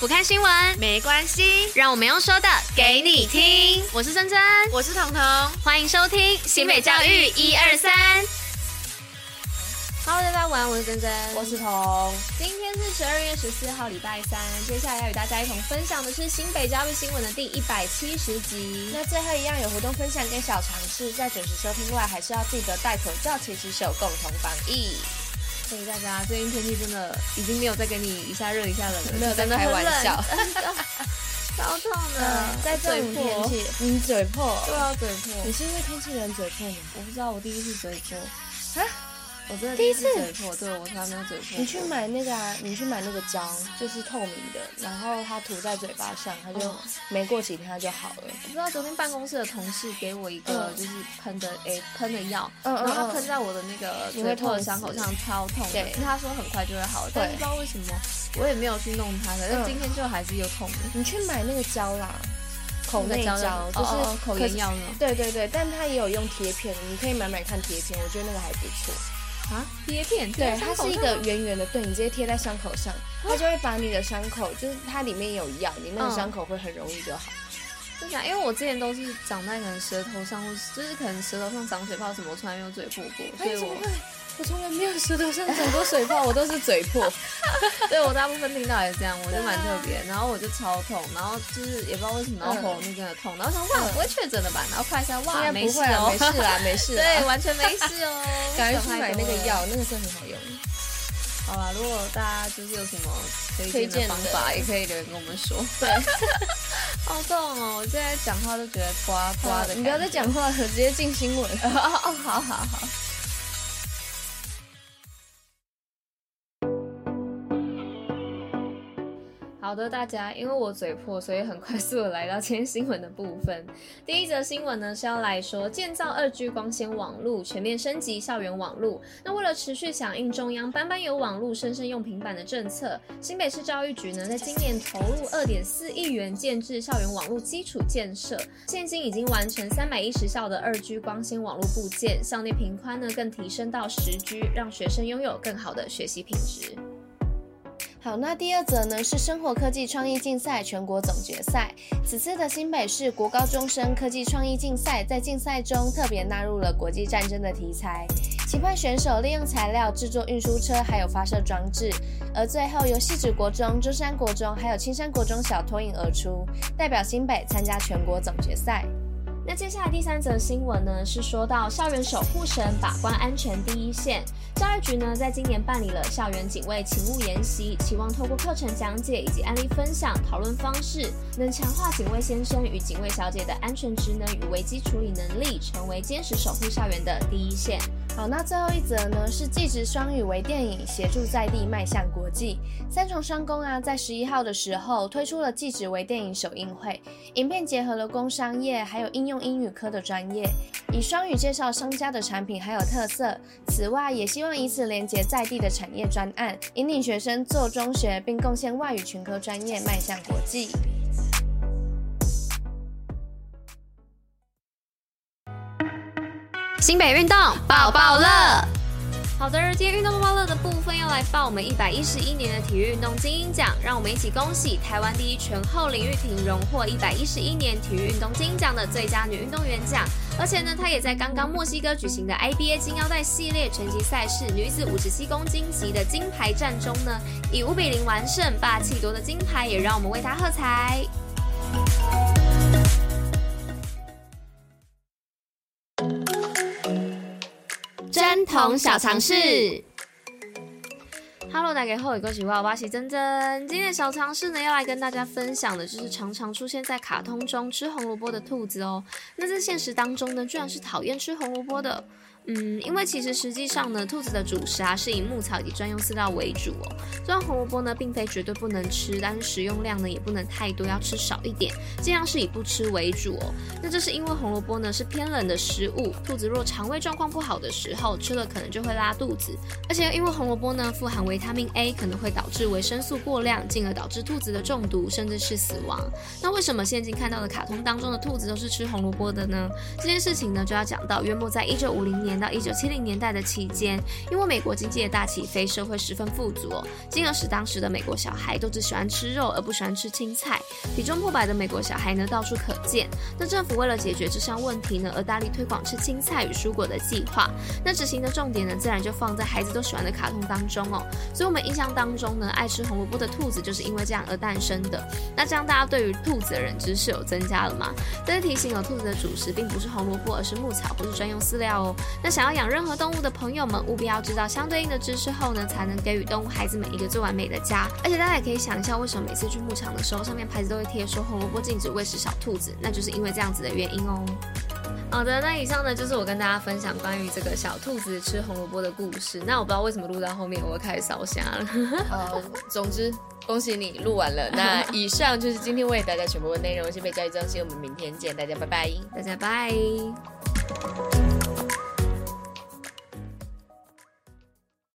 不看新闻没关系， 让我们用说的给你听。我是珍珍， 我是彤彤， 欢迎收听新北教育123。Hello， 大家晚安，我是珍珍， 我是彤。 今天是12月14号，礼拜三。接下来要与大家一同分享的是新北教育新闻的第170集。 那最后一样有活动分享跟小常识，在准时收听外，还是要记得戴口罩、勤洗手，共同防疫。 所以大家最近天气真的已经没有再给你一下热一下冷了， 没有在开玩笑， 超痛的， 在这种天气，你嘴破， 对啊，嘴破。 你是因为天气人嘴破吗？ 我不知道，我第一次嘴破啊。 我真的第一次嘴破，对，我从来没有嘴破。 你去买那个你去买那个胶，就是透明的，然后它涂在嘴巴上，它就没过几天它就好了。 我不知道昨天办公室的同事给我一个就是喷的药，然后他喷在我的那个嘴破的伤口上，超痛的。他说很快就会好，但是不知道为什么我也没有去弄它，可是今天就还是有痛的。 你去买那个胶啦。口内胶就是口炎药呢？ 对对对，但它也有用贴片，你可以买看贴片，我觉得那个还不错。 啊，贴片， 对，它是一个圆圆的，对，你直接贴在伤口上，它就会把你的伤口，就是它里面有药，你那个伤口会很容易就好。 真的，因为我之前都是长在可能舌头上，或就是可能舌头上长水泡什么，我从来没有嘴破过，所以我从来没有舌头上长过水泡，我都是嘴破。 对，我大部分听到也是这样，我就蛮特别，然后我就超痛，然后就是也不知道为什么，然后喉咙就真的痛，然后想哇不会确诊了吧，然后快一下哇没事哦， 没事啦，没事， 对，完全没事哦， 赶快去买那个药，那个真的很好用。 好啦，如果大家就是有什么推荐的方法，也可以留言跟我们说。 对， 好痛哦！我现在讲话都觉得呱呱的。 你不要再讲话了，直接进新闻。 好好好。好的，大家，因为我嘴破，所以很快速的来到今天新闻的部分。第一则新闻呢是要来说建造2G 光纤网路，全面升级校园网路。那为了持续响应中央班班有网路，生生用平板的政策，新北市教育局呢在今年投入2.4亿元建制校园网路基础建设，现今已经完成310校的2G 光纤网路部件，校内频宽呢更提升到10G， 让学生拥有更好的学习品质。 好，那第二则呢是生活科技创意竞赛全国总决赛。此次的新北市国高中生科技创意竞赛，在竞赛中特别纳入了国际战争的题材，期盼选手利用材料制作运输车，还有发射装置。而最后由汐止国中、中山国中还有青山国中小脱颖而出，代表新北参加全国总决赛。 那接下来第3则新闻呢，是说到校园守护神把关安全第一线。教育局呢，在今年办理了校园警卫勤务研习，期望透过课程讲解以及案例分享、讨论方式，能强化警卫先生与警卫小姐的安全职能与危机处理能力，成为坚实守护校园的第一线。 好，那最后一则呢是技职双语微电影协助在地迈向国际。三重商工在11号的时候推出了技职微电影首映会，影片结合了工商业还有应用英语科的专业，以双语介绍商家的产品还有特色。此外，也希望以此连结在地的产业专案，引领学生做中学，并贡献外语群科专业迈向国际。 新北运动爆爆乐。好的，今天运动爆爆乐的部分要来报我们111年的体育运动精英奖，让我们一起恭喜台湾第一全后林玉婷荣获111年体育运动精英奖的最佳女运动员奖，而且呢，她也在刚刚墨西哥举行的 IBA 金腰带系列拳击赛事女子57公斤级的金牌战中呢，以5-0完胜，霸气夺得金牌，也让我们为她喝彩。针筒小常识 ，Hello， 大家好，我是珍珍。今天的小常识呢，要来跟大家分享的就是常常出现在卡通中吃红萝卜的兔子哦。那在现实当中呢，居然是讨厌吃红萝卜的。因为其实实际上呢，兔子的主食是以牧草以及专用饲料为主哦。虽然红萝卜呢并非绝对不能吃，但是食用量呢也不能太多，要吃少一点，尽量是以不吃为主哦。那这是因为红萝卜呢是偏冷的食物，兔子若肠胃状况不好的时候吃了可能就会拉肚子，而且因为红萝卜呢富含维他命 A， 可能会导致维生素过量，进而导致兔子的中毒甚至是死亡。那为什么现今看到的卡通当中的兔子都是吃红萝卜的呢？这件事情呢就要讲到约莫在1950年年到1970年代的期间，因为美国经济的大起飞，社会十分富足进而使当时的美国小孩都只喜欢吃肉而不喜欢吃青菜，体重破百的美国小孩呢到处可见。那政府为了解决这项问题呢，而大力推广吃青菜与蔬果的计划。那执行的重点呢，自然就放在孩子都喜欢的卡通当中所以我们印象当中呢，爱吃红萝卜的兔子就是因为这样而诞生的。那这样大家对于兔子的认知是有增加了吗？这是提醒兔子的主食并不是红萝卜，而是牧草或是专用饲料那想要养任何动物的朋友们，务必要知道相对应的知识后呢，才能给予动物孩子们一个最完美的家。而且大家也可以想一下，为什么每次去牧场的时候，上面牌子都会贴说红萝卜禁止喂食小兔子，那就是因为这样子的原因好的，那以上呢就是我跟大家分享关于这个小兔子吃红萝卜的故事。那我不知道为什么录到后面我开始烧瞎了总之恭喜你录完了。那以上就是今天为大家全部的内容，新北教育中心，我们明天见，大家拜拜， 大家拜。